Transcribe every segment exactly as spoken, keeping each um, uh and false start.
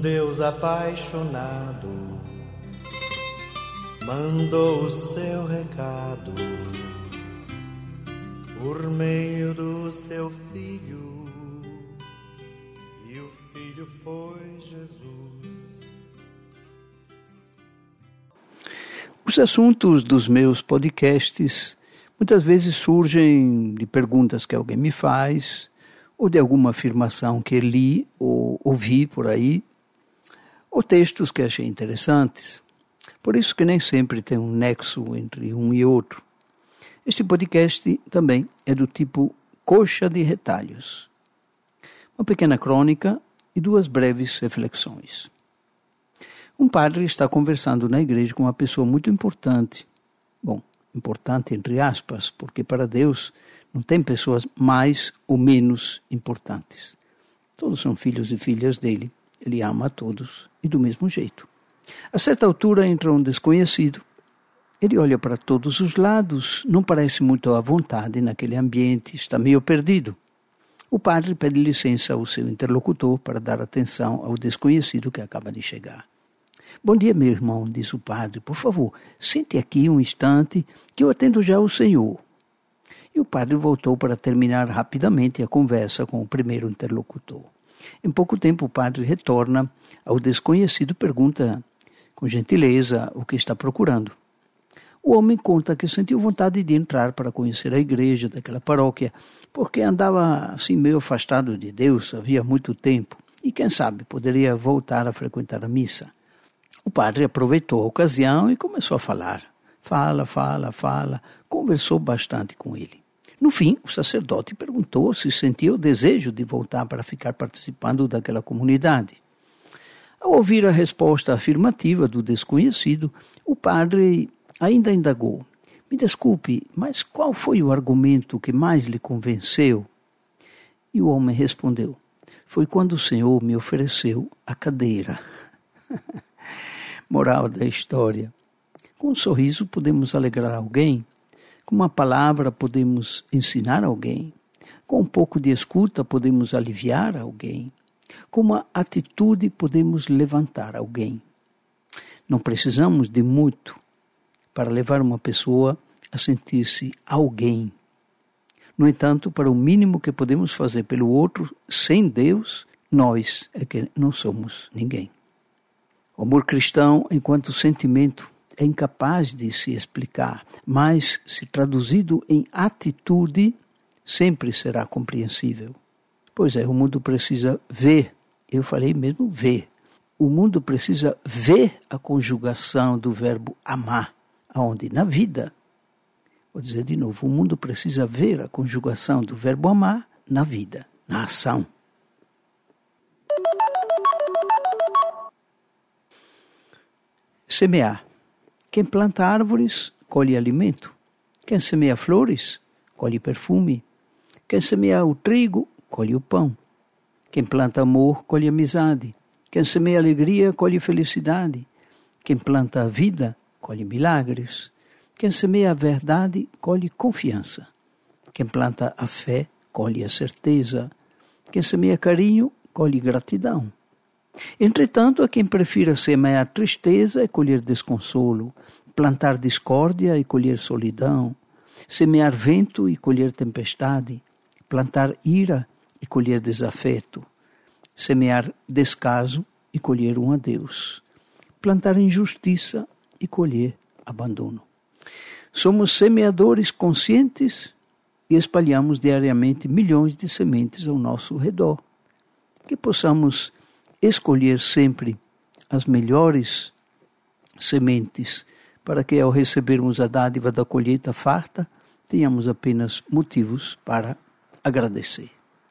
Deus apaixonado mandou o seu recado por meio do seu filho, e o filho foi Jesus. Os assuntos dos meus podcasts muitas vezes surgem de perguntas que alguém me faz, ou de alguma afirmação que li ou ouvi por aí, ou textos que achei interessantes. Por isso que nem sempre tem um nexo entre um e outro. Este podcast também é do tipo coxa de retalhos. Uma pequena crônica e duas breves reflexões. Um padre está conversando na igreja com uma pessoa muito importante. Bom, importante entre aspas, porque para Deus não tem pessoas mais ou menos importantes. Todos são filhos e filhas dele. Ele ama a todos e do mesmo jeito. A certa altura entra um desconhecido. Ele olha para todos os lados, não parece muito à vontade naquele ambiente, está meio perdido. O padre pede licença ao seu interlocutor para dar atenção ao desconhecido que acaba de chegar. Bom dia, meu irmão, diz o padre. Por favor, sente aqui um instante que eu atendo já o senhor. E o padre voltou para terminar rapidamente a conversa com o primeiro interlocutor. Em pouco tempo o padre retorna ao desconhecido e pergunta com gentileza o que está procurando. O homem conta que sentiu vontade de entrar para conhecer a igreja daquela paróquia, porque andava assim meio afastado de Deus havia muito tempo e quem sabe poderia voltar a frequentar a missa. O padre aproveitou a ocasião e começou a falar. Fala, fala, fala, conversou bastante com ele. No fim, o sacerdote perguntou se sentia o desejo de voltar para ficar participando daquela comunidade. Ao ouvir a resposta afirmativa do desconhecido, o padre ainda indagou. Me desculpe, mas qual foi o argumento que mais lhe convenceu? E o homem respondeu, foi quando o Senhor me ofereceu a cadeira. Moral da história. Com um sorriso podemos alegrar alguém. Com uma palavra podemos ensinar alguém. Com um pouco de escuta podemos aliviar alguém. Com uma atitude podemos levantar alguém. Não precisamos de muito para levar uma pessoa a sentir-se alguém. No entanto, para o mínimo que podemos fazer pelo outro, sem Deus, nós é que não somos ninguém. O amor cristão, enquanto sentimento, é incapaz de se explicar, mas, se traduzido em atitude, sempre será compreensível. Pois é, o mundo precisa ver, eu falei mesmo ver, o mundo precisa ver a conjugação do verbo amar, aonde na vida, vou dizer de novo, o mundo precisa ver a conjugação do verbo amar na vida, na ação. Semear. Quem planta árvores, colhe alimento. Quem semeia flores, colhe perfume. Quem semeia o trigo, colhe o pão. Quem planta amor, colhe amizade. Quem semeia alegria, colhe felicidade. Quem planta a vida, colhe milagres. Quem semeia a verdade, colhe confiança. Quem planta a fé, colhe a certeza. Quem semeia carinho, colhe gratidão. Entretanto, há quem prefira semear tristeza e colher desconsolo, plantar discórdia e colher solidão, semear vento e colher tempestade, plantar ira e colher desafeto, semear descaso e colher um adeus, plantar injustiça e colher abandono. Somos semeadores conscientes e espalhamos diariamente milhões de sementes ao nosso redor. Que possamos escolher sempre as melhores sementes para que, ao recebermos a dádiva da colheita farta, tenhamos apenas motivos para agradecer.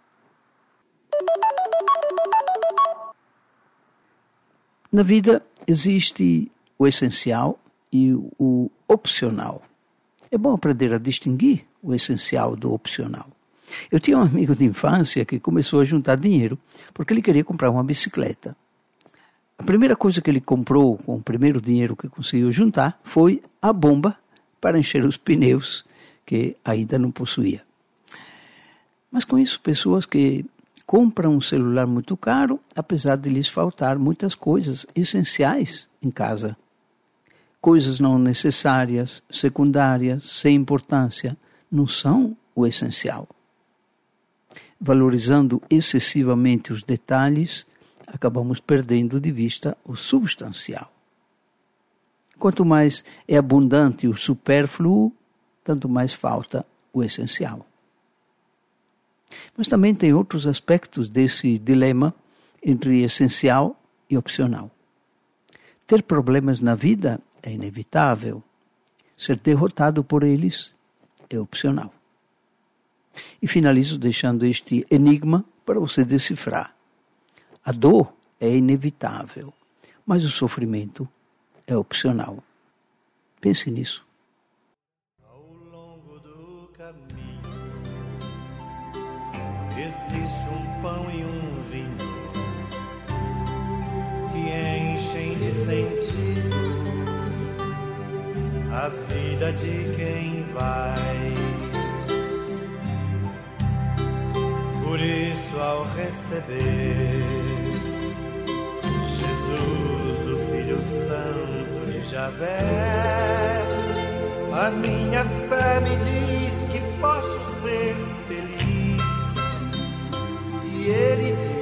Na vida existe o essencial e o opcional. É bom aprender a distinguir o essencial do opcional. Eu tinha um amigo de infância que começou a juntar dinheiro porque ele queria comprar uma bicicleta. A primeira coisa que ele comprou com o primeiro dinheiro que conseguiu juntar foi a bomba para encher os pneus que ainda não possuía. Mas com isso, pessoas que compram um celular muito caro, apesar de lhes faltar muitas coisas essenciais em casa. Coisas não necessárias, secundárias, sem importância, não são o essencial. Valorizando excessivamente os detalhes, acabamos perdendo de vista o substancial. Quanto mais é abundante o supérfluo, tanto mais falta o essencial. Mas também tem outros aspectos desse dilema entre essencial e opcional. Ter problemas na vida é inevitável. Ser derrotado por eles é opcional. E finalizo deixando este enigma para você decifrar. A dor é inevitável, mas o sofrimento é opcional. Pense nisso. Ao longo do caminho existe um pão e um vinho que enchem de sentido a vida de quem vai. Por isso, ao receber Jesus, o Filho Santo de Javé, a minha fé me diz que posso ser feliz. E Ele diz: